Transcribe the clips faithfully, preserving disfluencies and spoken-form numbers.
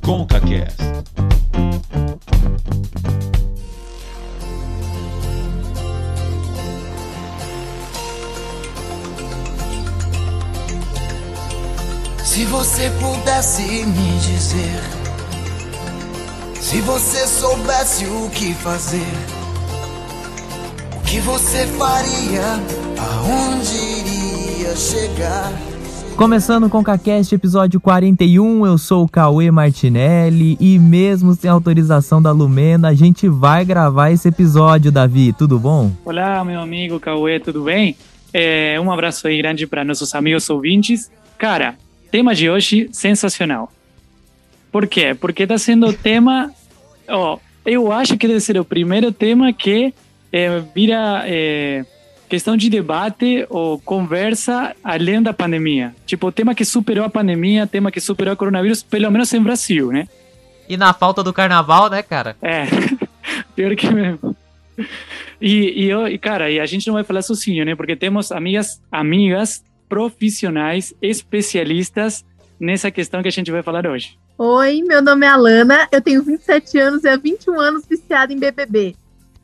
ConcaCast. Se você pudesse me dizer, se você soubesse o que fazer, o que você faria, aonde iria chegar? Começando com o ConcaCast, episódio quarenta e um, eu sou o Cauê Martinelli e mesmo sem autorização da Lumena, a gente vai gravar esse episódio, Davi, tudo bom? Olá, meu amigo Cauê, tudo bem? É, um abraço aí grande para nossos amigos ouvintes. Cara, tema de hoje, sensacional. Por quê? Porque está sendo o tema... Ó, eu acho que deve ser o primeiro tema que é, vira é, questão de debate ou conversa além da pandemia. Tipo, o tema que superou a pandemia, tema que superou o coronavírus, pelo menos em Brasil, né? E na falta do carnaval, né, cara? É, pior que mesmo. E, e, eu, e, cara, e a gente não vai falar sozinho, né? Porque temos amigas, amigas profissionais, especialistas nessa questão que a gente vai falar hoje. Oi, meu nome é Alana, eu tenho vinte e sete anos e há vinte e um anos viciada em B B B.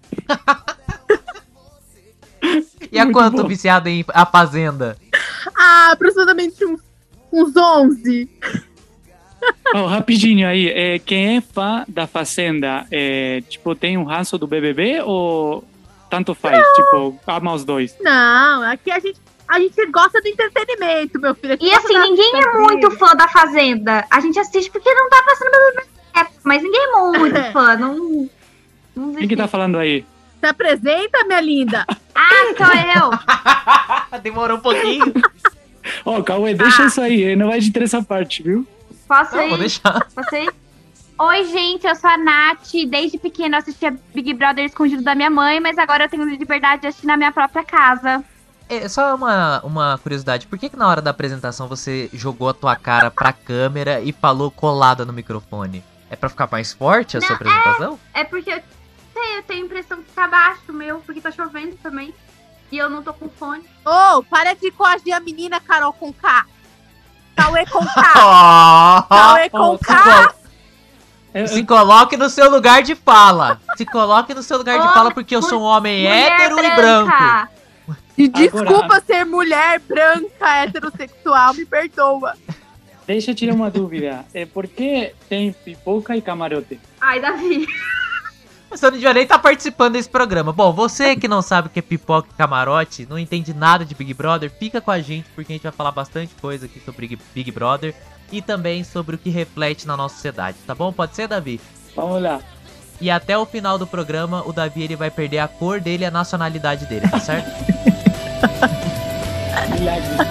E há Muito quanto bom. viciado em A Fazenda? Ah, aproximadamente uns, uns onze. Oh, rapidinho aí, é, quem é fã da Fazenda, é, tipo, tem um ranço do B B B ou tanto faz? Não. Tipo, ama os dois? Não, aqui a gente, a gente gosta do entretenimento, meu filho. E assim, ninguém é muito fã da Fazenda. A gente assiste porque não tá passando B B B, mas ninguém é muito fã. Não, não Quem que tá falando aí? Se apresenta, minha linda. Ah, sou eu. Demorou um pouquinho. Ó, oh, Cauê, deixa Ah. isso aí, não vai editar essa parte, viu? Posso Não, ir? vou deixar. Posso ir? Oi, gente, eu sou a Nath. Desde pequena eu assistia Big Brother escondido da minha mãe, mas agora eu tenho liberdade de assistir na minha própria casa. É, só uma, uma curiosidade, por que que na hora da apresentação você jogou a tua cara pra câmera e falou colada no microfone? É pra ficar mais forte a Não, sua apresentação? É porque eu, sei, eu tenho a impressão que tá baixo meu, porque tá chovendo também. E eu não tô com fone. Ô, oh, para de coagir a menina, Carol com K. Cauê com K. Oh, Cauê com oh, K. É, se coloque no seu lugar de fala. Se coloque no seu lugar de Homem, fala, porque eu sou um homem Mulher hétero e branca. branco. E desculpa Agora- ser mulher branca, heterossexual, me perdoa. Deixa eu tirar uma dúvida. É, por que tem pipoca e camarote? Ai, Davi. Você não devia nem estar participando desse programa. Bom, você que não sabe o que é pipoca e camarote, não entende nada de Big Brother, fica com a gente, porque a gente vai falar bastante coisa aqui sobre Big- Big Brother e também sobre o que reflete na nossa sociedade, tá bom? Pode ser, Davi? Vamos lá. E até o final do programa, o Davi ele vai perder a cor dele e a nacionalidade dele, tá certo? Milagre.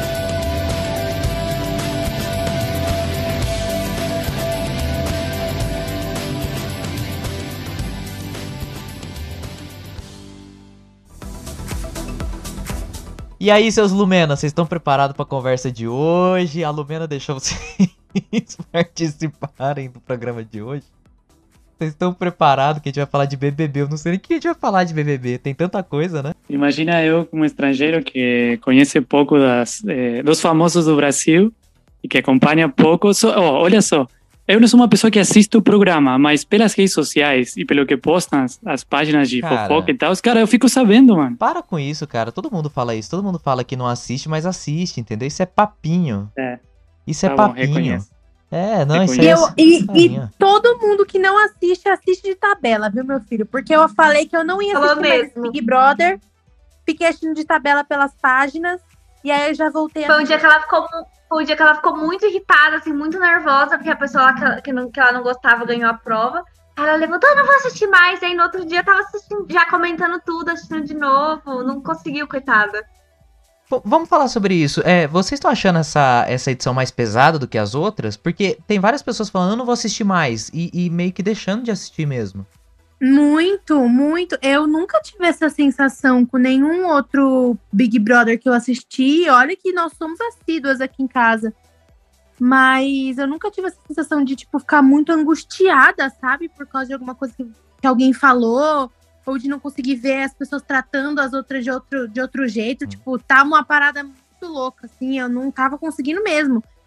E aí, seus Lumena, vocês estão preparados para a conversa de hoje? A Lumena deixou vocês participarem do programa de hoje? Vocês estão preparados que a gente vai falar de B B B? Eu não sei nem o que a gente vai falar de B B B, tem tanta coisa, né? Imagina eu como estrangeiro que conhece pouco das, eh, dos famosos do Brasil e que acompanha pouco. Só, oh, olha só, eu não sou uma pessoa que assiste o programa, mas pelas redes sociais e pelo que postam as, as páginas de Cara. fofoca e tal, os cara, eu fico sabendo, mano. Para com isso, cara. Todo mundo fala isso. Todo mundo fala que não assiste, mas assiste, entendeu? Isso é papinho. É. Isso é Tá bom, papinho. reconheço. É, não, isso aí Reconheço. é... Eu, e, e farinha. todo mundo que não assiste, assiste de tabela, viu, meu filho? Porque eu falei que eu não ia Falou assistir mais mesmo. Big Brother. Fiquei assistindo de tabela pelas páginas. E aí eu já voltei a Foi um dia que ela ficou, mu- foi um dia que ela ficou muito irritada, assim, muito nervosa, porque a pessoa lá que ela, que, não, que ela não gostava ganhou a prova. Aí ela levantou, eu não vou assistir mais. Aí no outro dia tava assistindo, já comentando tudo, assistindo de novo. Não conseguiu, coitada. V- Vamos falar sobre isso. É, vocês estão achando essa, essa edição mais pesada do que as outras? Porque tem várias pessoas falando, eu não vou assistir mais. E, e meio que deixando de assistir mesmo. Muito, muito. Eu nunca tive essa sensação com nenhum outro Big Brother que eu assisti. Olha que nós somos assíduas aqui em casa. Mas eu nunca tive essa sensação de, tipo, ficar muito angustiada, sabe? Por causa de alguma coisa que, que alguém falou. Ou de não conseguir ver as pessoas tratando as outras de outro, de outro jeito. Hum. Tipo, tá uma parada muito louca, assim. Eu não tava conseguindo mesmo.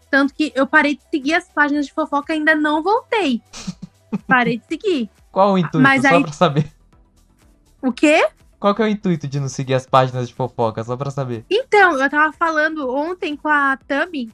Tanto que eu parei de seguir as páginas de fofoca e ainda não voltei. Parei de seguir. Qual o intuito? Mas Só aí- pra saber. O quê? Qual que é o intuito de não seguir as páginas de fofoca? Só pra saber. Então, eu tava falando ontem com a Tami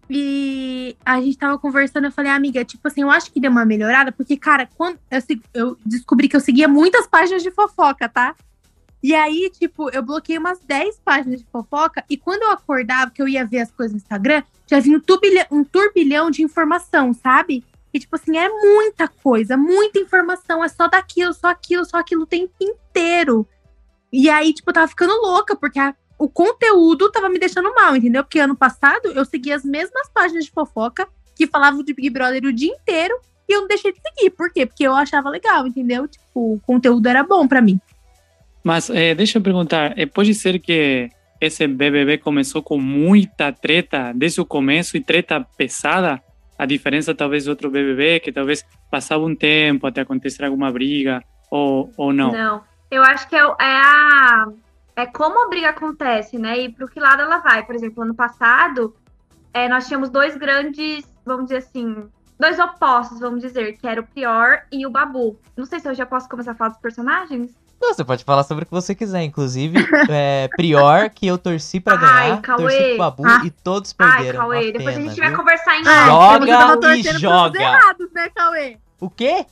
e a gente tava conversando. Eu falei, amiga, tipo assim, eu acho que deu uma melhorada, porque, cara, quando eu, se- eu descobri que eu seguia muitas páginas de fofoca, tá? E aí, tipo, eu bloqueei umas dez páginas de fofoca e quando eu acordava, que eu ia ver as coisas no Instagram, já vinha um turbilhão, um turbilhão de informação, sabe? E, tipo assim, é muita coisa, muita informação, é só daquilo, só aquilo, só aquilo o tempo inteiro. E aí, tipo, eu tava ficando louca, porque a- o conteúdo tava me deixando mal, entendeu? Porque ano passado eu segui as mesmas páginas de fofoca que falavam de Big Brother o dia inteiro e eu não deixei de seguir. Por quê? Porque eu achava legal, entendeu? Tipo, o conteúdo era bom pra mim. Mas eh, deixa eu perguntar, eh, pode ser que esse B B B começou com muita treta desde o começo e treta pesada? A diferença talvez do outro B B B, que talvez passava um tempo até acontecer alguma briga, ou, ou não? Não. Eu acho que é, o- é a. É como a briga acontece, né? E pro que lado ela vai. Por exemplo, ano passado, é, nós tínhamos dois grandes, vamos dizer assim, dois opostos, vamos dizer, que era o Prior e o Babu. Não sei se eu já posso começar a falar dos personagens. Não, você pode falar sobre o que você quiser. Inclusive, é, Prior, que eu torci pra Ai, ganhar, Cauê. torci pro Babu Ah. e todos Ai, perderam. Cauê, Uma depois pena, a gente vai viu? conversar em Ah, Joga porque você tava e torcendo joga. pros errados, né, Cauê? O quê?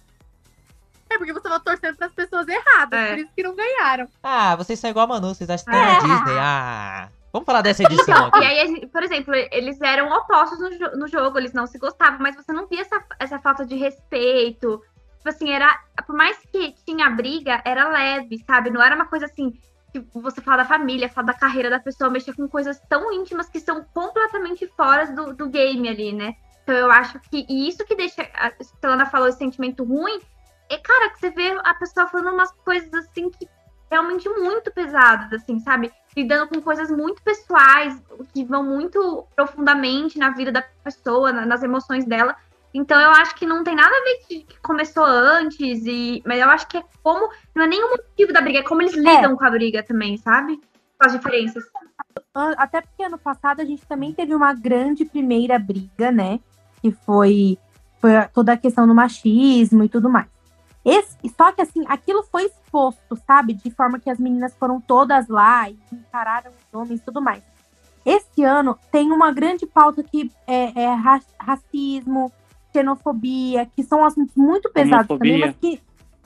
É porque você tava torcendo pras pessoas erradas, É. por isso que não ganharam. Ah, vocês são igual a Manu, vocês acham que É. tá na Disney. Ah, vamos falar dessa edição Então, aqui. e aí, a gente- por exemplo, eles eram opostos no, jo- no jogo, eles não se gostavam, mas você não via essa, essa falta de respeito. Tipo assim, era. Por mais que tinha briga, era leve, sabe? Não era uma coisa assim, que você fala da família, fala da carreira da pessoa, mexer com coisas tão íntimas que são completamente fora do, do game ali, né? Então eu acho que. E isso que deixa. A Celana falou esse sentimento ruim. É, cara, que você vê a pessoa falando umas coisas assim que realmente muito pesadas, assim, sabe? Lidando com coisas muito pessoais, que vão muito profundamente na vida da pessoa, na- nas emoções dela. Então eu acho que não tem nada a ver que que começou antes, e mas eu acho que é como. Não é nem o motivo da briga, é como eles lidam com a briga também, sabe? Com as diferenças. An- Até porque ano passado a gente também teve uma grande primeira briga, né? Que foi, foi a- toda a questão do machismo e tudo mais. Esse, só que assim, aquilo foi exposto, sabe? De forma que as meninas foram todas lá e encararam os homens e tudo mais. Esse ano tem uma grande pauta que é, é ra- racismo, xenofobia, que são assuntos muito pesados também, Homofobia. mas que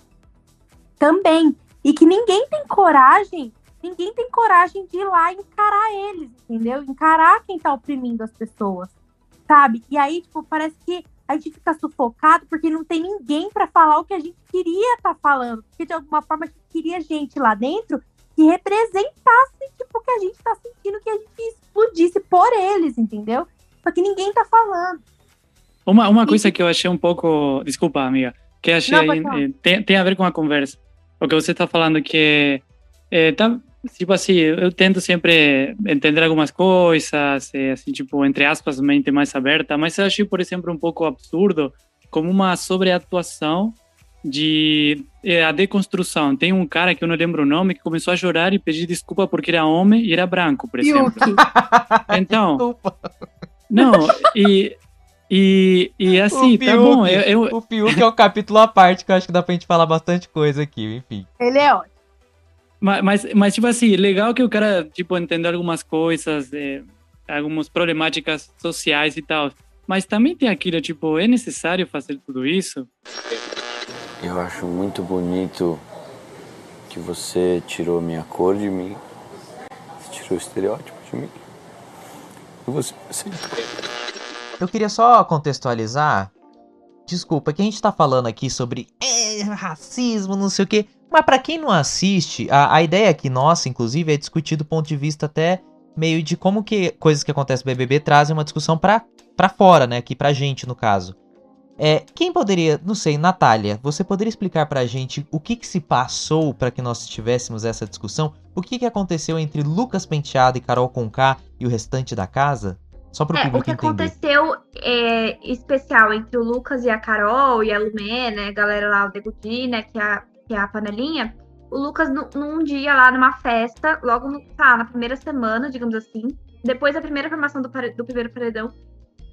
também. E que ninguém tem coragem, ninguém tem coragem de ir lá e encarar eles, entendeu? Encarar quem tá oprimindo as pessoas, sabe? E aí, tipo, parece que a gente fica sufocado porque não tem ninguém pra falar o que a gente queria estar falando. Porque de alguma forma a gente queria gente lá dentro que representasse, tipo, o que a gente tá sentindo, que a gente explodisse por eles, entendeu? Só que ninguém tá falando. Uma, uma coisa que eu achei um pouco. Desculpa, amiga. Que eu achei. Não, pode falar. eh, tem, tem a ver com a conversa. O que você está falando que. eh, tá, tipo assim, eu tento sempre entender algumas coisas, eh, assim, tipo, entre aspas, mente mais aberta, mas eu achei, por exemplo, um pouco absurdo como uma sobreatuação de eh, a deconstrução. Tem um cara que eu não lembro o nome que começou a chorar e pedir desculpa porque era homem e era branco, por exemplo. Yuki. Então, Desculpa. não, e. E, e assim, O tá bom. Fiuk, Eu, eu, O Fiuk é um capítulo à parte que eu acho que dá pra gente falar bastante coisa aqui, enfim. Ele é ótimo. mas, mas, mas, tipo assim, legal que o cara, tipo, entendeu algumas coisas, eh, algumas problemáticas sociais e tal. Mas também tem aquilo, tipo, é necessário fazer tudo isso? Eu acho muito bonito que você tirou minha cor de mim, você tirou o estereótipo de mim. E você aceitou. Eu queria só contextualizar. Desculpa, que a gente tá falando aqui sobre é, racismo, não sei o quê. Mas pra quem não assiste, a, a ideia aqui nossa, inclusive, é discutir do ponto de vista até meio de como que coisas que acontecem no B B B trazem uma discussão pra, pra fora, né? Aqui pra gente, no caso. É, quem poderia, não sei, Natália, você poderia explicar pra gente o que que se passou pra que nós tivéssemos essa discussão? O que que aconteceu entre Lucas Penteado e Carol Conká e o restante da casa? Só pro É, o público que entender. aconteceu é, especial entre o Lucas e a Carol e a Lumé, né, a galera lá, o Degudi, né, que é a, que é a panelinha, o Lucas nu- num dia lá numa festa, logo no, tá, na primeira semana, digamos assim, depois da primeira formação do, pare- do primeiro paredão,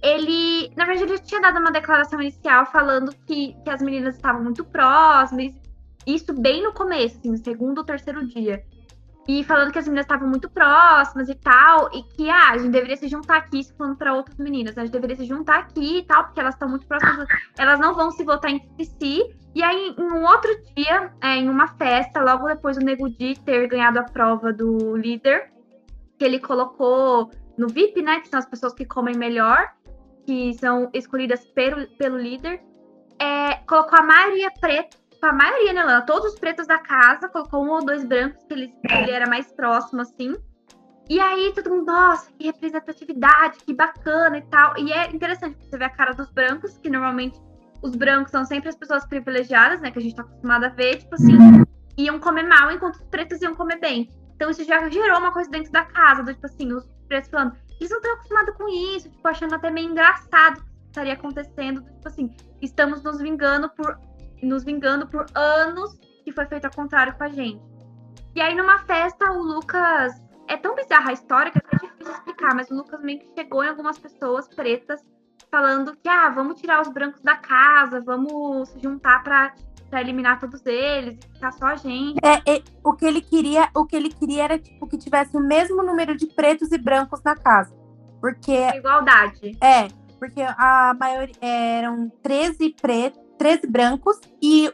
ele, na verdade, ele tinha dado uma declaração inicial falando que, que as meninas estavam muito próximas, isso bem no começo, assim, no segundo ou terceiro dia. E falando que as meninas estavam muito próximas e tal, e que ah, a gente deveria se juntar aqui, isso falando para outras meninas, a gente deveria se juntar aqui e tal, porque elas estão muito próximas, elas não vão se votar entre si. E aí, em um outro dia, é, em uma festa, logo depois do Nego Di ter ganhado a prova do líder, que ele colocou no V I P, né, que são as pessoas que comem melhor, que são escolhidas pelo, pelo líder, é, colocou a maioria preta, a maioria, né, Lana? Todos os pretos da casa, colocou um ou dois brancos, que ele, ele era mais próximo, assim. E aí, todo mundo, nossa, que representatividade, que bacana e tal. E é interessante, você ver a cara dos brancos, que normalmente os brancos são sempre as pessoas privilegiadas, né, que a gente tá acostumado a ver, tipo assim, iam comer mal, enquanto os pretos iam comer bem. Então isso já gerou uma coisa dentro da casa, do tipo assim, os pretos falando, eles não estão acostumados com isso, tipo, achando até meio engraçado o que estaria acontecendo, tipo assim, estamos nos vingando por... nos vingando por anos que foi feito ao contrário com a gente. E aí, numa festa, o Lucas... É tão bizarra a história que é até difícil explicar, mas o Lucas meio que chegou em algumas pessoas pretas falando que, ah, vamos tirar os brancos da casa, vamos se juntar pra, pra eliminar todos eles, e ficar só a gente. É, é, o que ele queria, o que ele queria era, tipo, que tivesse o mesmo número de pretos e brancos na casa. Porque... Igualdade. É, porque a maioria... Eram treze pretos, treze brancos e,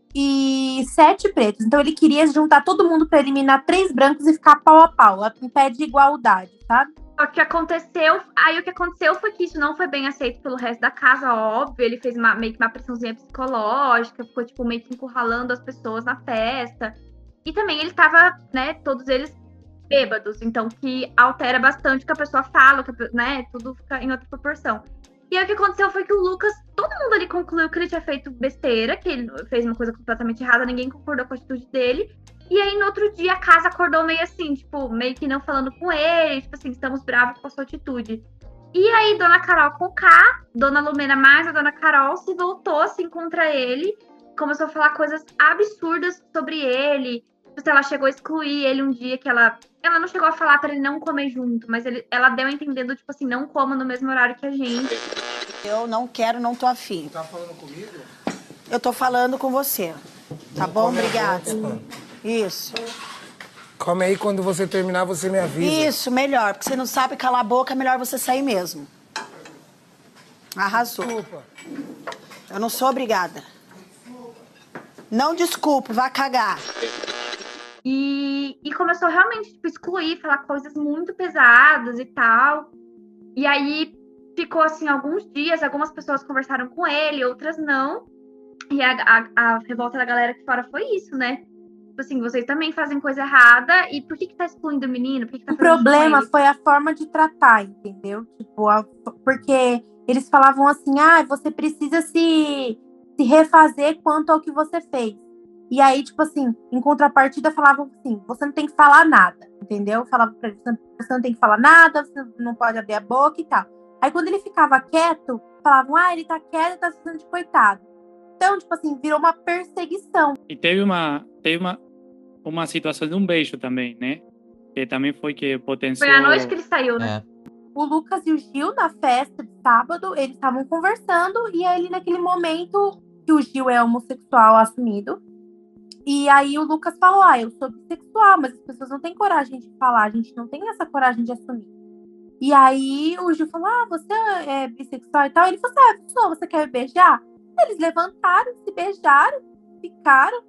e sete pretos. Então ele queria juntar todo mundo para eliminar três brancos e ficar pau a pau, em pé de igualdade, sabe? O que aconteceu, aí o que aconteceu foi que isso não foi bem aceito pelo resto da casa, óbvio. Ele fez uma, meio que uma pressãozinha psicológica, ficou tipo meio que encurralando as pessoas na festa. E também ele tava, né, todos eles bêbados, então que altera bastante o que a pessoa fala, que, né, tudo fica em outra proporção. E aí o que aconteceu foi que o Lucas, todo mundo ali concluiu que ele tinha feito besteira, que ele fez uma coisa completamente errada, ninguém concordou com a atitude dele. E aí no outro dia a casa acordou meio assim, tipo, meio que não falando com ele, tipo assim, estamos bravos com a sua atitude. E aí Dona Carol com K, Dona Lumena mais a Dona Carol se voltou assim contra ele, começou a falar coisas absurdas sobre ele. Ela chegou a excluir ele um dia que ela... Ela não chegou a falar pra ele não comer junto, mas ele, ela deu a entender do tipo assim, não coma no mesmo horário que a gente. Eu não quero, não tô afim. Tá falando comigo? Eu tô falando com você. Tá bom? Obrigada. Isso. Come aí, quando você terminar, você me avisa. Isso, melhor. Porque você não sabe calar a boca, é melhor você sair mesmo. Arrasou. Desculpa. Eu não sou obrigada. Não desculpa, vá cagar. E, e começou realmente, tipo, excluir, falar coisas muito pesadas e tal. E aí ficou, assim, alguns dias, algumas pessoas conversaram com ele, outras não. E a, a, a revolta da galera aqui fora foi isso, né? Tipo assim, vocês também fazem coisa errada, e por que que tá excluindo o menino? Por que que tá o problema foi a forma de tratar, entendeu? Tipo, a, porque eles falavam assim, ah, você precisa se, se refazer quanto ao que você fez. E aí, tipo assim, em contrapartida, falavam assim, você não tem que falar nada, entendeu? Falava pra ele, você não tem que falar nada, você não pode abrir a boca e tal. Aí, quando ele ficava quieto, falavam, ah, ele tá quieto, tá sendo de coitado. Então, tipo assim, virou uma perseguição. E teve uma, teve uma, uma situação de um beijo também, né? Que também foi que potenciou... Foi a noite que ele saiu, né? É. O Lucas e o Gil, na festa de sábado, eles estavam conversando, e aí, naquele momento, que o Gil é homossexual assumido, e aí o Lucas falou, ah, eu sou bissexual, mas as pessoas não têm coragem de falar, a gente não tem essa coragem de assumir. E aí o Gil falou, ah, você é bissexual e tal? Ele falou, ah, eu sou, você quer me beijar? Eles levantaram, se beijaram, ficaram,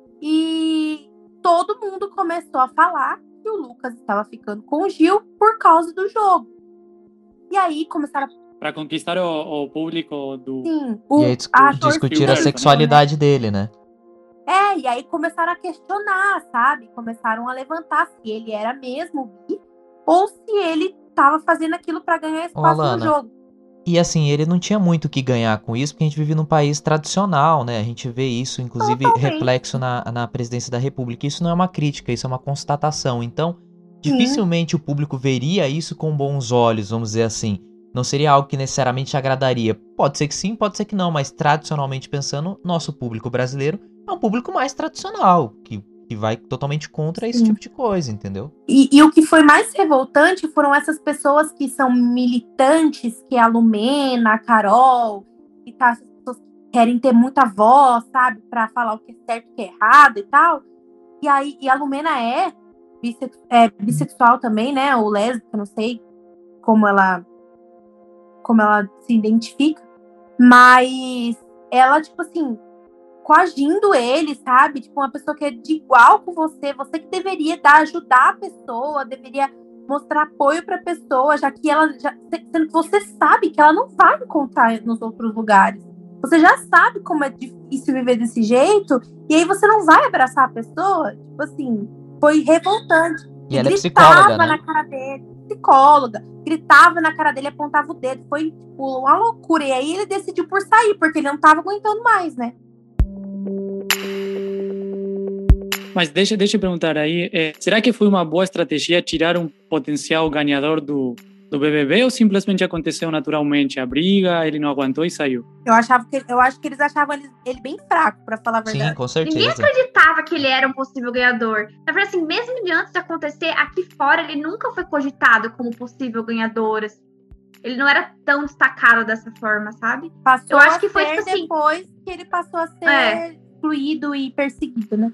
e todo mundo começou a falar que o Lucas estava ficando com o Gil por causa do jogo. E aí começaram a... Para conquistar o, o público do... Sim, o, E aí discu a discutir torcida, a sexualidade dele, né? É, e aí começaram a questionar, sabe? Começaram a levantar se ele era mesmo bi ou se ele tava fazendo aquilo para ganhar espaço Ô, no jogo. E assim, ele não tinha muito o que ganhar com isso, porque a gente vive num país tradicional, né? A gente vê isso, inclusive, Totalmente. reflexo na, na presidência da República. Isso não é uma crítica, isso é uma constatação. Então, dificilmente o público veria isso com bons olhos, vamos dizer assim. Não seria algo que necessariamente agradaria. Pode ser que sim, pode ser que não, mas tradicionalmente pensando, nosso público brasileiro é um público mais tradicional, que que vai totalmente contra esse Sim. tipo de coisa, entendeu? E, e o que foi mais revoltante foram essas pessoas que são militantes, que é a Lumena, a Carol, e tá, essas pessoas que querem ter muita voz, sabe, pra falar o que é certo e o que é errado e tal. E aí, e a Lumena é, bissex, é bissexual também, né, ou lésbica, não sei como ela, como ela se identifica, mas ela, tipo assim, coagindo ele, sabe? Tipo, uma pessoa que é de igual com você, você que deveria dar, ajudar a pessoa, deveria mostrar apoio pra pessoa, já que ela, já, sendo que você sabe que ela não vai encontrar nos outros lugares. Você já sabe como é difícil viver desse jeito, e aí você não vai abraçar a pessoa? Tipo assim, foi revoltante. E E ela é gritava psicóloga, né? na cara dele, psicóloga, gritava na cara dele, apontava o dedo, foi tipo, uma loucura. E aí ele decidiu por sair, porque ele não tava aguentando mais, né? Mas deixa, deixa eu perguntar aí, é, será que foi uma boa estratégia tirar um potencial ganhador do, do B B B ou simplesmente aconteceu naturalmente a briga, ele não aguentou e saiu? Eu, achava que, eu acho que eles achavam ele, ele bem fraco, pra falar a verdade. Sim, com Ninguém certeza. acreditava que ele era um possível ganhador. Na verdade, assim, mesmo antes de acontecer, aqui fora ele nunca foi cogitado como possível ganhador. Assim. Ele não era tão destacado dessa forma, sabe? Passou Eu acho a que foi, ser tipo assim, depois que ele passou a ser É. excluído e perseguido, né?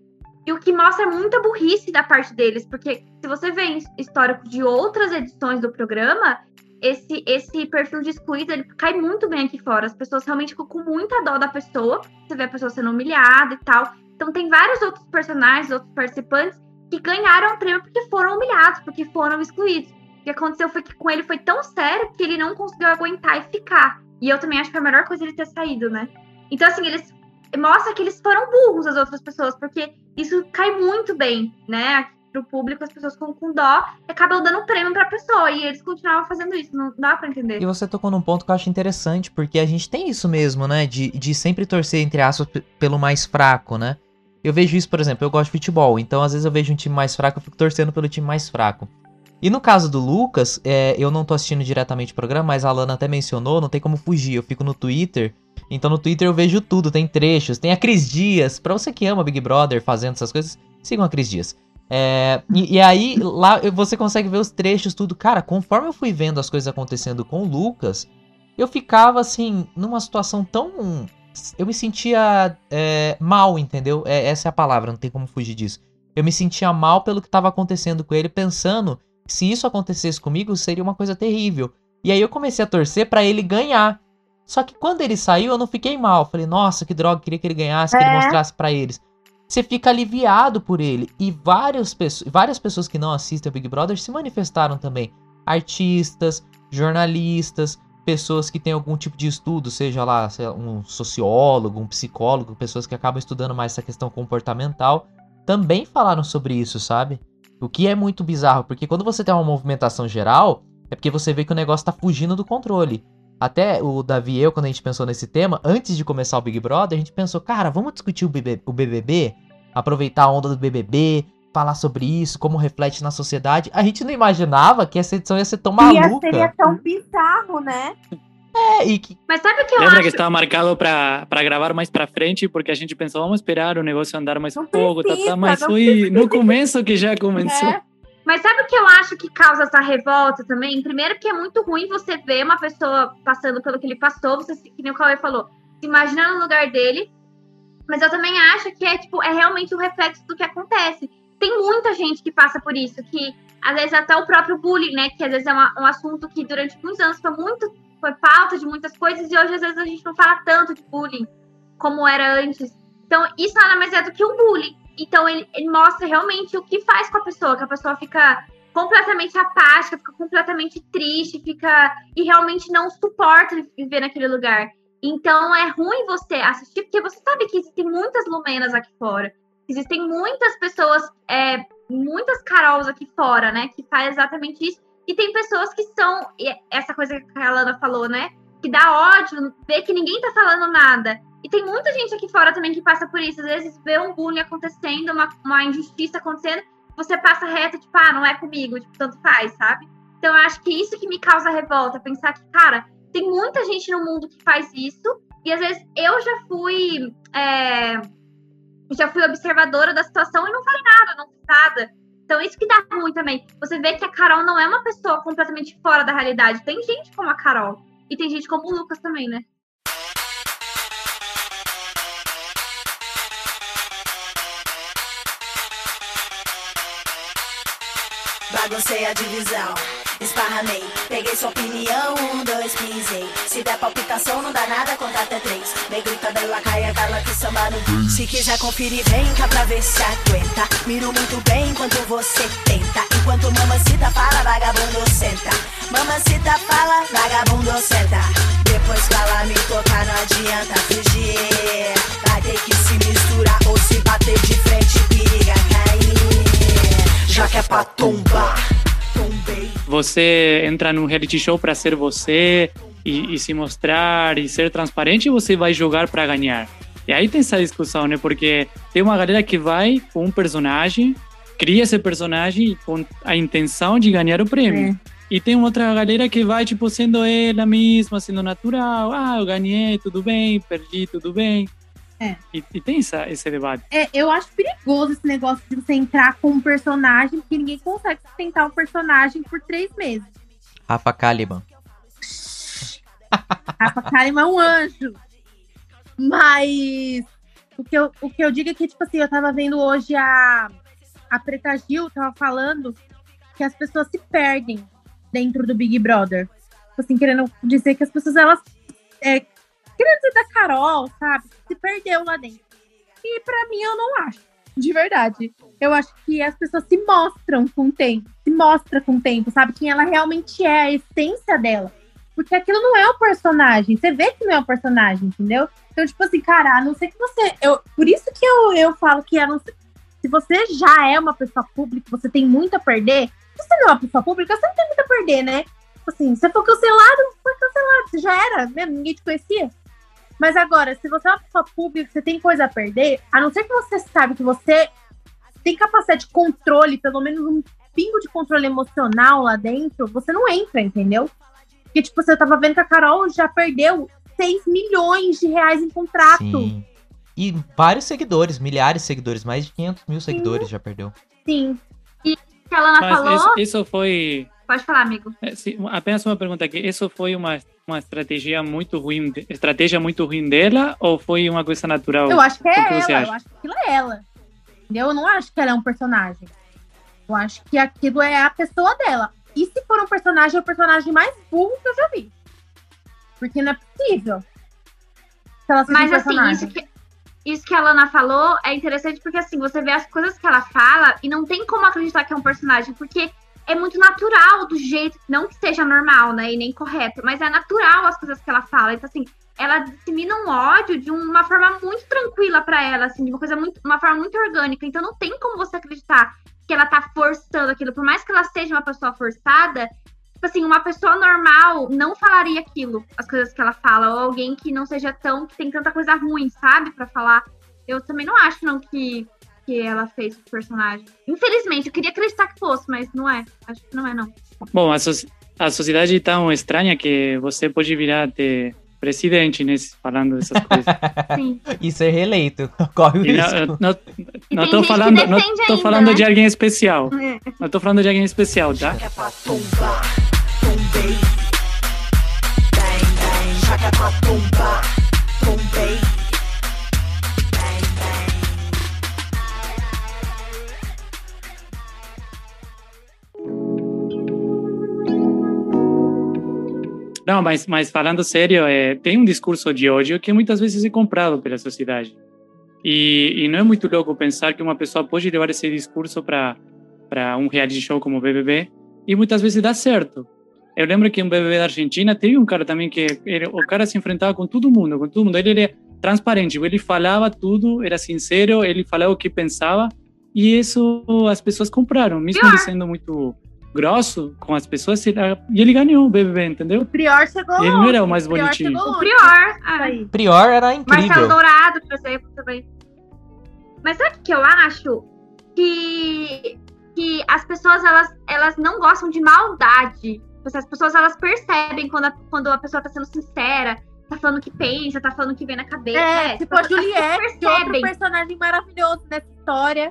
E o que mostra muita burrice da parte deles, porque se você vê em histórico de outras edições do programa, esse, esse perfil de excluído, ele cai muito bem aqui fora. As pessoas realmente ficam com muita dó da pessoa, você vê a pessoa sendo humilhada e tal. Então tem vários outros personagens, outros participantes, que ganharam o prêmio porque foram humilhados, porque foram excluídos. O que aconteceu foi que com ele foi tão sério que ele não conseguiu aguentar e ficar. E eu também acho que foi a melhor coisa ele ter saído, né? Então, assim, eles mostra que eles foram burros, as outras pessoas, porque isso cai muito bem, né? Pro público, as pessoas com, com dó acabam dando um prêmio pra pessoa, e eles continuavam fazendo isso, não dá pra entender. E você tocou num ponto que eu acho interessante, porque a gente tem isso mesmo, né? De, de sempre torcer, entre aspas, p- pelo mais fraco, né? Eu vejo isso, por exemplo, eu gosto de futebol, então às vezes eu vejo um time mais fraco, eu fico torcendo pelo time mais fraco. E no caso do Lucas, é, eu não tô assistindo diretamente o programa, mas a Alana até mencionou, não tem como fugir, eu fico no Twitter. Então no Twitter eu vejo tudo, tem trechos, tem a Cris Dias, pra você que ama Big Brother fazendo essas coisas, sigam a Cris Dias. É, e, e aí lá você consegue ver os trechos, tudo. Cara, conforme eu fui vendo as coisas acontecendo com o Lucas, eu ficava assim, numa situação tão... Eu me sentia é, mal, entendeu? É, essa é a palavra, não tem como fugir disso. Eu me sentia mal pelo que estava acontecendo com ele, pensando que se isso acontecesse comigo, seria uma coisa terrível. E aí eu comecei a torcer pra ele ganhar. Só que quando ele saiu, eu não fiquei mal. Falei, nossa, que droga, queria que ele ganhasse, que É. ele mostrasse pra eles. Você fica aliviado por ele. E várias pessoas, várias pessoas que não assistem ao Big Brother se manifestaram também. Artistas, jornalistas, pessoas que têm algum tipo de estudo, seja lá sei lá, um sociólogo, um psicólogo, pessoas que acabam estudando mais essa questão comportamental, também falaram sobre isso, sabe? O que é muito bizarro, porque quando você tem uma movimentação geral, é porque você vê que o negócio tá fugindo do controle. Até o Davi e eu, quando a gente pensou nesse tema, antes de começar o Big Brother, a gente pensou, cara, vamos discutir o, B B, o B B B? Aproveitar a onda do B B B, falar sobre isso, como reflete na sociedade. A gente não imaginava que essa edição ia ser tão maluca. Ia, seria tão bizarro, né? É, e que... Mas sabe o que eu Lembra acho? que estava marcado para para gravar mais para frente, porque a gente pensou, vamos esperar o negócio andar mais um Não pouco, tá, precisa, tá, mas não foi no começo que já começou. É. Mas sabe o que eu acho que causa essa revolta também? Primeiro que é muito ruim você ver uma pessoa passando pelo que ele passou, você, que nem o Cauê falou, se imagina no lugar dele. Mas eu também acho que é, tipo, é realmente um reflexo do que acontece. Tem muita gente que passa por isso, que às vezes até o próprio bullying, né? Que às vezes é uma, um assunto que durante muitos anos foi muito, foi pauta de muitas coisas, e hoje às vezes a gente não fala tanto de bullying como era antes. Então, isso nada mais é do que um bullying. Então, ele, ele mostra realmente o que faz com a pessoa, que a pessoa fica completamente apática, fica completamente triste, fica e realmente não suporta viver naquele lugar. Então, é ruim você assistir, porque você sabe que existem muitas Lumenas aqui fora. Existem muitas pessoas, é, muitas Carols aqui fora, né, que faz exatamente isso. E tem pessoas que são, essa coisa que a Alana falou, né, que dá ódio, ver que ninguém tá falando nada. E tem muita gente aqui fora também que passa por isso. Às vezes vê um bullying acontecendo, uma, uma injustiça acontecendo, você passa reto, tipo, ah, não é comigo, tipo, tanto faz, sabe? Então eu acho que isso que me causa revolta, pensar que, cara, tem muita gente no mundo que faz isso, e às vezes eu já fui, é, já fui observadora da situação e não falei nada, não fiz nada. Então isso que dá ruim também. Você vê que a Carol não é uma pessoa completamente fora da realidade. Tem gente como a Carol. E tem gente como o Lucas também, né? Baguncei a divisão, esparramei, peguei sua opinião, um, dois, pisei. Se der palpitação não dá nada, conta até três. Vem gritando aí, lacaia, cala que samba no beat. Se quiser conferir, vem cá pra ver se aguenta. Miro muito bem enquanto você tenta. Enquanto mamacita fala, vagabundo senta. Mamacita fala, vagabundo senta. Depois que ela me tocar, não adianta fugir. Vai ter que se misturar ou se bater de frente, periga cair. Já que é pra tombar, tombei. Você entra num reality show pra ser você e, e se mostrar e ser transparente, ou você vai jogar pra ganhar? E aí tem essa discussão, né? Porque tem uma galera que vai com um personagem, cria esse personagem com a intenção de ganhar o prêmio. É. E tem outra galera que vai, tipo, sendo ela mesma, sendo natural. Ah, eu ganhei, tudo bem, perdi, tudo bem. É. E, e tem essa, esse debate. É, eu acho perigoso esse negócio de você entrar com um personagem, porque ninguém consegue sustentar um personagem por três meses. Rafa Kalimann. Rafa Kalimann é um anjo. Mas o que, eu, o que eu digo é que, tipo assim, eu tava vendo hoje a, a Preta Gil, tava falando que as pessoas se perdem dentro do Big Brother. Tipo assim, querendo dizer que as pessoas, elas... É, querendo dizer da Carol, sabe? Se perdeu lá dentro. E pra mim, eu não acho. De verdade. Eu acho que as pessoas se mostram com o tempo. Se mostra com o tempo, sabe? Quem ela realmente é, a essência dela. Porque aquilo não é um personagem. Você vê que não é um personagem, entendeu? Então, tipo assim, cara, a não ser que você... Eu, por isso que eu, eu falo que a não ser, se você já é uma pessoa pública, você tem muito a perder. Se você não é uma pessoa pública, você não tem muito a perder, né? Tipo assim, se você for cancelado, foi cancelado. Você já era, mesmo, ninguém te conhecia. Mas agora, se você é uma pessoa pública, você tem coisa a perder, a não ser que você sabe que você tem capacidade de controle, pelo menos um pingo de controle emocional lá dentro, você não entra, entendeu? Porque, tipo, você tava vendo que a Carol já perdeu seis milhões de reais em contrato. Sim. E vários seguidores, milhares de seguidores, mais de quinhentos mil seguidores. Sim. Já perdeu. Sim. E o que a Lana Mas falou... Isso, isso foi... Pode falar, amigo. É, sim, apenas uma pergunta aqui. Isso foi uma, uma estratégia muito ruim, estratégia muito ruim dela, ou foi uma coisa natural? Eu acho que é que ela, você eu acha? acho que aquilo é ela. Entendeu? Eu não acho que ela é um personagem. Eu acho que aquilo é a pessoa dela. E se for um personagem, é o personagem mais burro que eu já vi. Porque não é possível. Se ela seja Mas um assim, personagem. isso que, isso que a Lana falou é interessante porque assim, você vê as coisas que ela fala e não tem como acreditar que é um personagem, porque é muito natural do jeito, não que seja normal, né, e nem correto, mas é natural as coisas que ela fala. Então assim, ela dissemina um ódio de uma forma muito tranquila pra ela, assim, de uma coisa muito, uma forma muito orgânica. Então não tem como você acreditar que ela tá forçando aquilo, por mais que ela seja uma pessoa forçada. Tipo assim, uma pessoa normal não falaria aquilo, as coisas que ela fala, ou alguém que não seja tão, que tem tanta coisa ruim, sabe, pra falar. Eu também não acho, não, que, que ela fez o personagem. Infelizmente, eu queria acreditar que fosse, mas não é. Acho que não é, não. Bom, a, so a sociedade é tão estranha que você pode virar até presidente, né, falando dessas coisas. Sim. E ser reeleito. Corre o E risco. não, não, não tô falando, não tô ainda, falando né? de alguém especial. Não tô falando de alguém especial, tá? É pra tombar, tombei. Bang, bang, já que é pra tombar, tombei. Bang, bang. Não, mas, mas falando sério, é, tem um discurso de ódio que muitas vezes é comprado pela sociedade. E, e não é muito louco pensar que uma pessoa pode levar esse discurso para para um reality show como o B B B e muitas vezes dá certo. Eu lembro que um B B B da Argentina teve um cara também que ele, o cara se enfrentava com todo mundo, com todo mundo. Ele era transparente, ele falava tudo, era sincero, ele falava o que pensava e isso as pessoas compraram, mesmo Pior. ele sendo muito grosso com as pessoas, ele, e ele ganhou o B B B, entendeu? O Prior chegou Ele longe. não era o mais Prior bonitinho. chegou O longe. Prior. Ah, Aí. Prior era incrível. Marcelo Dourado, por exemplo, também. Mas sabe o que eu acho? Que, que as pessoas, elas, elas não gostam de maldade. As pessoas, elas percebem quando a, quando a pessoa tá sendo sincera. tá falando o que pensa, tá falando o que vem na cabeça. É, né? tipo a Juliette, outro percebem. personagem maravilhoso nessa história.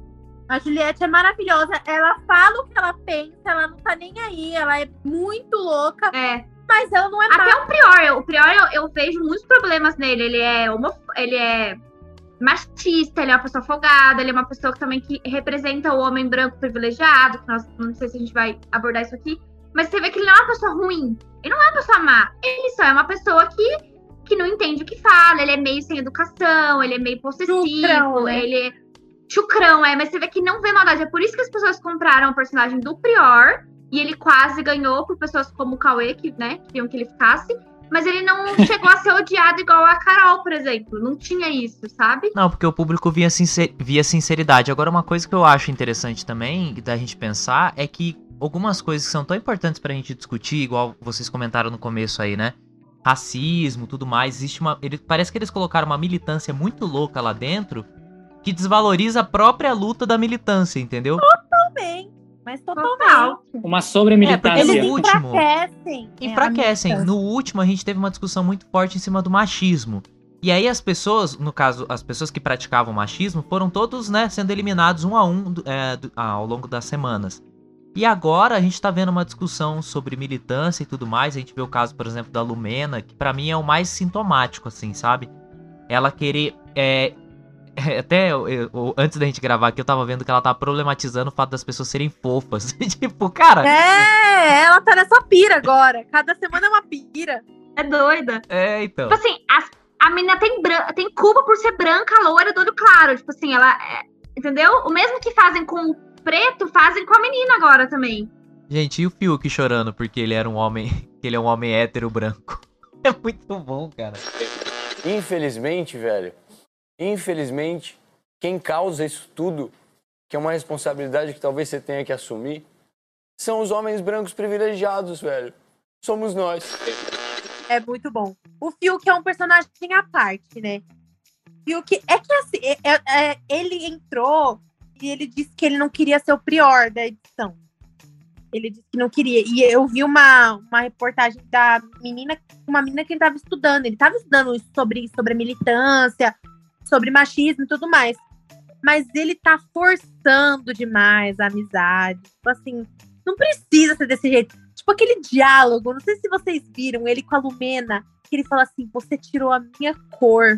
A Juliette é maravilhosa. Ela fala o que ela pensa, ela não tá nem aí. Ela é muito louca. É. Mas ela não é Até má. o Prior. O Prior, eu, eu vejo muitos problemas nele. Ele é homof... ele é machista, ele é uma pessoa folgada, ele é uma pessoa que também que representa o homem branco privilegiado, que nós não sei se a gente vai abordar isso aqui. Mas você vê que ele não é uma pessoa ruim. Ele não é uma pessoa má. Ele só é uma pessoa que, que não entende o que fala. Ele é meio sem educação, ele é meio possessivo, Chucrão, né? ele é chucrão, é. Mas você vê que não vê maldade. É por isso que as pessoas compraram o personagem do Prior. E ele quase ganhou por pessoas como o Cauê, que, né, queriam que ele ficasse. Mas ele não chegou a ser odiado igual a Carol, por exemplo. Não tinha isso, sabe? Não, porque o público via, sincer... via sinceridade. Agora, uma coisa que eu acho interessante também, da gente pensar, é que algumas coisas que são tão importantes pra gente discutir, igual vocês comentaram no começo aí, né? Racismo, tudo mais. Existe uma... Ele... Parece que eles colocaram uma militância muito louca lá dentro que desvaloriza a própria luta da militância, entendeu? Totalmente. Mas totalmente. Uma sobremilitância. É, porque Eles no último, enfraquecem. enfraquecem. É, a No último, a gente teve uma discussão muito forte em cima do machismo. E aí as pessoas, no caso, as pessoas que praticavam machismo, foram todos, né, sendo eliminados um a um é, do, ah, ao longo das semanas. E agora a gente tá vendo uma discussão sobre militância e tudo mais. A gente vê o caso, por exemplo, da Lumena, que pra mim é o mais sintomático, assim, sabe? Ela querer... É, até eu, eu, antes da gente gravar aqui, eu tava vendo que ela tava problematizando o fato das pessoas serem fofas. Tipo, cara... É, ela tá nessa pira agora. Cada semana é uma pira. É doida. É, então. Tipo assim, a, a menina tem, bran- tem culpa por ser branca, loira, do olho claro. Tipo assim, ela... É, entendeu? O mesmo que fazem com o preto, fazem com a menina agora também. Gente, e o Fiuk chorando porque ele era um homem... que ele é um homem hétero branco. É muito bom, cara. Infelizmente, velho, infelizmente, quem causa isso tudo, que é uma responsabilidade que talvez você tenha que assumir, são os homens brancos privilegiados, velho. Somos nós. É muito bom. O Fiuk é um personagem à parte, né? Fiuk é que assim, é, é, é, ele entrou e ele disse que ele não queria ser o prior da edição. Ele disse que não queria. E eu vi uma, uma reportagem da menina, uma menina que ele estava estudando. Ele estava estudando sobre, sobre a militância, sobre machismo e tudo mais. Mas ele tá forçando demais a amizade. Tipo assim, não precisa ser desse jeito. Tipo aquele diálogo, não sei se vocês viram ele com a Lumena, que ele fala assim, você tirou a minha cor.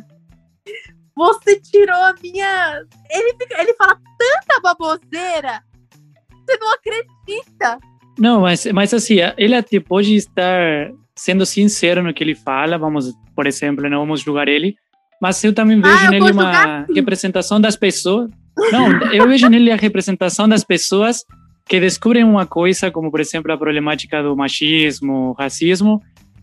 Você tirou a minha... Ele, fica, ele fala tanta baboseira, você não acredita. Não, mas, mas assim, ele até pode estar sendo sincero no que ele fala, vamos, por exemplo, não vamos julgar ele, mas eu também vejo Ah, eu nele vou uma julgar, sim. representação das pessoas. Não, eu vejo nele a representação das pessoas que descobrem uma coisa, como por exemplo a problemática do machismo, racismo,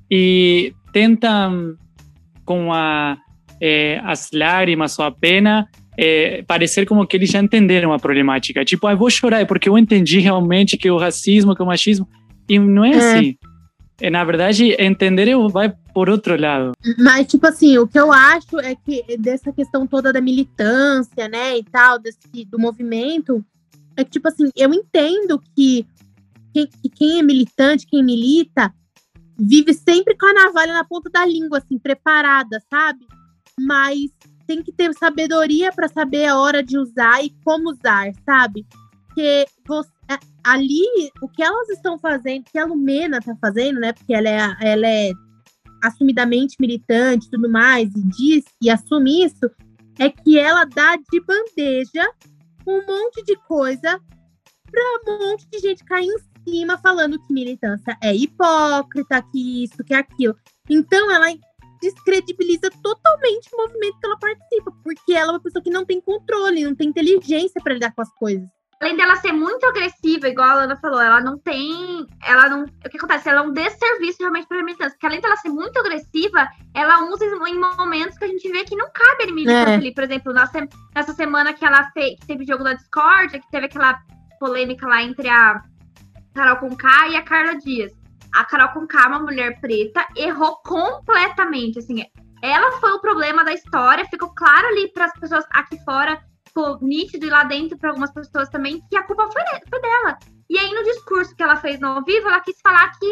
e tentam com a, eh, as lágrimas ou a pena é, parecer como que eles já entenderam a problemática. Tipo, ah, eu vou chorar porque eu entendi realmente que o racismo, que o machismo... E não é, é. assim. É, na verdade, entender vai por outro lado. Mas, tipo assim, o que eu acho é que dessa questão toda da militância, né, e tal, desse, do movimento, é que, tipo assim, eu entendo que quem, que quem é militante, quem milita, vive sempre com a navalha na ponta da língua, assim, preparada, sabe? Mas tem que ter sabedoria para saber a hora de usar e como usar, sabe? Porque você, ali, o que elas estão fazendo, o que a Lumena tá fazendo, né? Porque ela é, ela é assumidamente militante e tudo mais, e diz e assume isso, é que ela dá de bandeja um monte de coisa para um monte de gente cair em cima falando que militância é hipócrita, que isso, que aquilo. Então, ela descredibiliza totalmente o movimento que ela participa, porque ela é uma pessoa que não tem controle, não tem inteligência para lidar com as coisas. Além dela ser muito agressiva, igual a Lana falou, ela não tem... Ela não, o que acontece? Ela é um desserviço realmente para a militância, porque além dela ser muito agressiva, ela usa em momentos que a gente vê que não cabe a militância é. ali. Por exemplo, nessa, nessa semana que ela fez, que teve jogo da Discord, que teve aquela polêmica lá entre a Carol Conká e a Carla Dias. A Carol Conká, uma mulher preta, errou completamente, assim, ela foi o problema da história, ficou claro ali para as pessoas aqui fora, ficou nítido e lá dentro para algumas pessoas também, que a culpa foi, foi dela. E aí no discurso que ela fez no ao vivo, ela quis falar que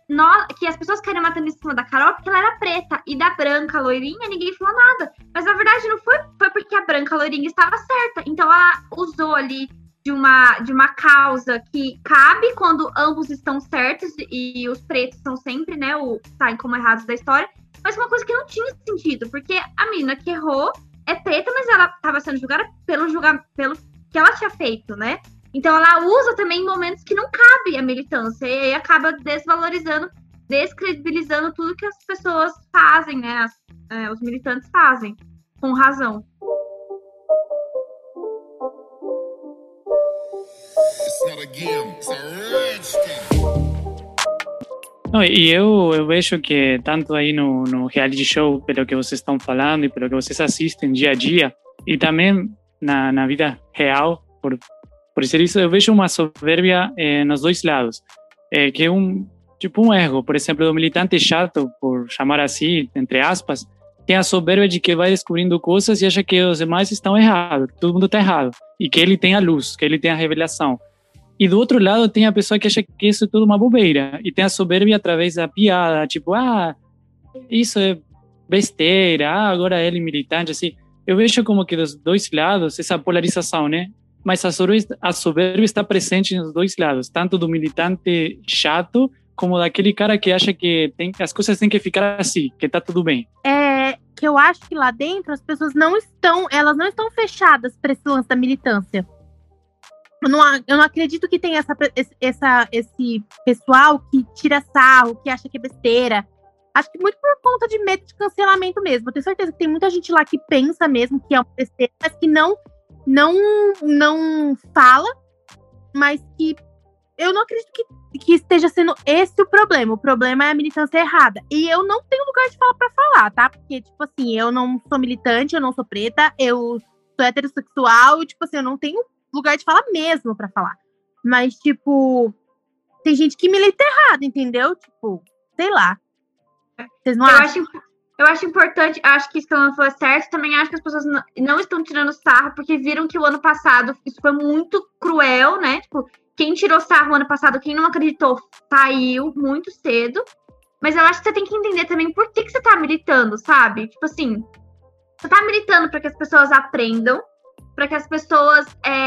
nós, que as pessoas querem matando em cima da Carol porque ela era preta. E da branca, loirinha, ninguém falou nada. Mas na verdade não foi, foi porque a branca, loirinha estava certa. Então ela usou ali de uma, de uma causa que cabe quando ambos estão certos. E os pretos são sempre, né, o saem como errados da história. Mas uma coisa que não tinha sentido. Porque a menina que errou é preta, mas ela estava sendo julgada pelo, julga, pelo que ela tinha feito, né? Então ela usa também em momentos que não cabe a militância e aí acaba desvalorizando, descredibilizando tudo que as pessoas fazem, né? As, é, os militantes fazem, com razão. Não, e eu, eu vejo que tanto aí no, no reality show, pelo que vocês estão falando e pelo que vocês assistem dia a dia, e também na, na vida real, por Por isso, eu vejo uma soberbia eh, nos dois lados, eh, que é um, tipo um erro. Por exemplo, do militante chato, por chamar assim, entre aspas, tem a soberba de que vai descobrindo coisas e acha que os demais estão errados, que todo mundo está errado, e que ele tem a luz, que ele tem a revelação. E do outro lado tem a pessoa que acha que isso é tudo uma bobeira, e tem a soberbia através da piada, tipo, ah, isso é besteira, ah, agora ele é militante, assim. Eu vejo como que dos dois lados, essa polarização, né? Mas a soberba, a soberba está presente nos dois lados, tanto do militante chato, como daquele cara que acha que tem, as coisas têm que ficar assim, que tá tudo bem. É que eu acho que lá dentro as pessoas não estão, elas não estão fechadas para esse lance da militância. Eu não, eu não acredito que tenha essa, essa, esse pessoal que tira sarro, que acha que é besteira. Acho que muito por conta de medo de cancelamento mesmo. Eu tenho certeza que tem muita gente lá que pensa mesmo que é uma besteira, mas que não não, não fala, mas que eu não acredito que, que esteja sendo esse o problema. O problema é a militância errada. E eu não tenho lugar de fala pra falar, tá? Porque, tipo assim, eu não sou militante, eu não sou preta, eu sou heterossexual, tipo assim, eu não tenho lugar de fala mesmo pra falar. Mas, tipo, tem gente que milita errado, entendeu? Tipo, sei lá. Vocês não eu acham? Acho... Eu acho importante, acho que isso que ela falou é certo, também acho que as pessoas não, não estão tirando sarro, porque viram que o ano passado isso foi muito cruel, né? Tipo, quem tirou sarro o ano passado, quem não acreditou, saiu muito cedo. Mas eu acho que você tem que entender também por que, que você tá militando, sabe? Tipo assim, você tá militando para que as pessoas aprendam, para que as pessoas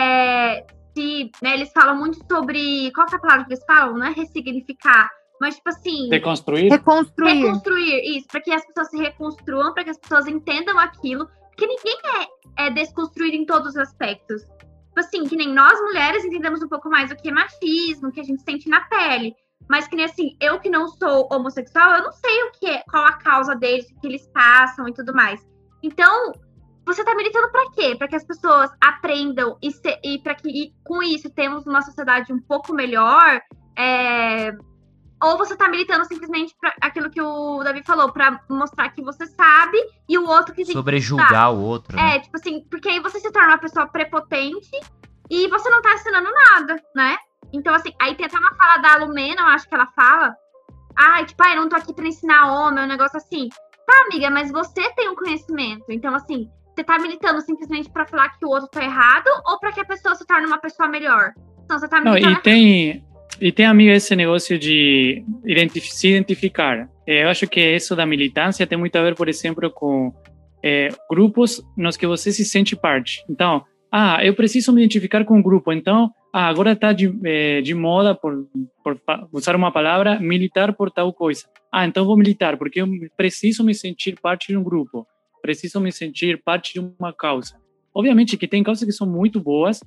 é, se, né, eles falam muito sobre, qual que é a palavra que eles falam, né? Ressignificar. Mas, tipo assim... Reconstruir? Reconstruir. Reconstruir, isso. Para que as pessoas se reconstruam, para que as pessoas entendam aquilo. Porque ninguém é, é desconstruído em todos os aspectos. Tipo assim, que nem nós, mulheres, entendemos um pouco mais o que é machismo, o que a gente sente na pele. Mas que nem assim, eu que não sou homossexual, eu não sei o que é, qual a causa deles, o que eles passam e tudo mais. Então, você tá militando para quê? Para que as pessoas aprendam e, se, e para que e com isso temos uma sociedade um pouco melhor... É... Ou você tá militando simplesmente para aquilo que o Davi falou, para mostrar que você sabe e o outro que... Sobrejulgar o outro, né? É, tipo assim, porque aí você se torna uma pessoa prepotente e você não tá ensinando nada, né? Então, assim, aí tem até uma fala da Lumena, eu acho que ela fala, ah, tipo, ah, eu não tô aqui pra ensinar homem, um negócio assim. Tá, amiga, mas você tem um conhecimento. Então, assim, você tá militando simplesmente pra falar que o outro tá errado ou pra que a pessoa se torne uma pessoa melhor? Então, você tá militando... Não, e tem... E tem, amiga, esse negócio de identif- se identificar. Eu acho que isso da militância tem muito a ver, por exemplo, com é, grupos nos que você se sente parte. Então, ah, eu preciso me identificar com um grupo. Então, ah, agora está de, é, de moda, por, por usar uma palavra, militar por tal coisa. Ah, então vou militar, porque eu preciso me sentir parte de um grupo. Preciso me sentir parte de uma causa. Obviamente que tem causas que são muito boas.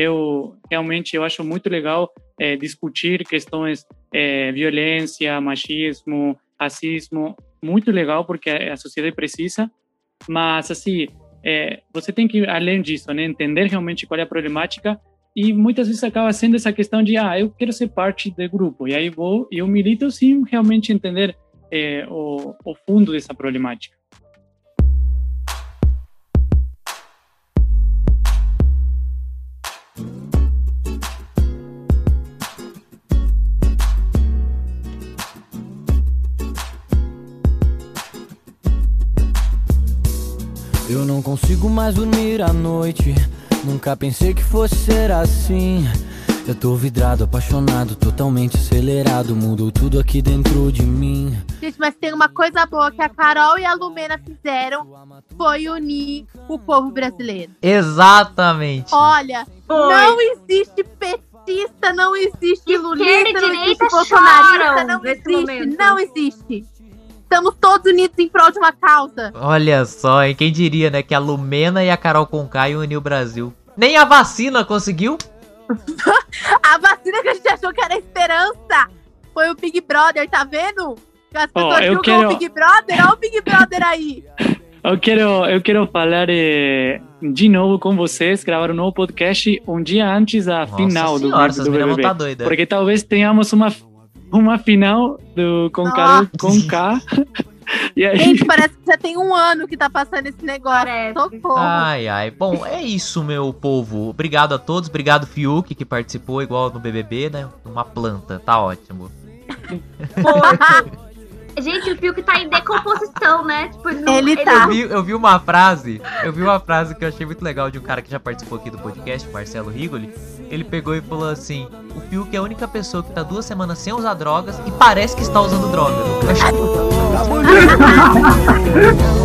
Eu realmente eu acho muito legal é, discutir questões é, violência, machismo, racismo, muito legal porque a, a sociedade precisa. Mas assim, é, você tem que além disso, né, entender realmente qual é a problemática e muitas vezes acaba sendo essa questão de ah, eu quero ser parte do grupo e aí vou e eu milito sem realmente entender é, o, o fundo dessa problemática. Eu não consigo mais dormir à noite. Nunca pensei que fosse ser assim. Eu tô vidrado, apaixonado, totalmente acelerado. Mudou tudo aqui dentro de mim. Gente, mas tem uma coisa boa que a Carol e a Lumena fizeram, foi unir o povo brasileiro. Exatamente. Olha, Foi. não existe petista, não existe Esquerda lulista, e não direita existe bolsonarista, choram não nesse existe, momento. não existe. Estamos todos unidos em prol de uma causa. Olha só, hein? Quem diria, né? Que a Lumena e a Carol Conká iam unir o Brasil. Nem a vacina conseguiu. A vacina que a gente achou que era esperança foi o Big Brother, tá vendo? Que as pessoas Oh, eu julgam quero- o Big Brother, olha o Big Brother aí. Eu quero, eu quero falar eh, de novo com vocês, gravar um novo podcast um dia antes da Nossa final senhora, do, essas do meninas B B B. vão tá doidas. Porque talvez tenhamos uma, uma final do, com Carol Conká. E aí, Gente, parece que já tem um ano que tá passando esse negócio. Parece. Socorro. Ai, ai. Bom, é isso, meu povo. Obrigado a todos. Obrigado, Fiuk, que participou igual no B B B, né? Uma planta. Tá ótimo. Gente, o Fiuk tá em decomposição, né? Tipo, não- Ele Eu tá. vi, eu vi uma frase, eu vi uma frase que eu achei muito legal de um cara que já participou aqui do podcast, Marcelo Rigoli. Ele pegou e falou assim: o Fiuk é a única pessoa que tá duas semanas sem usar drogas e parece que está usando droga. Eu achei...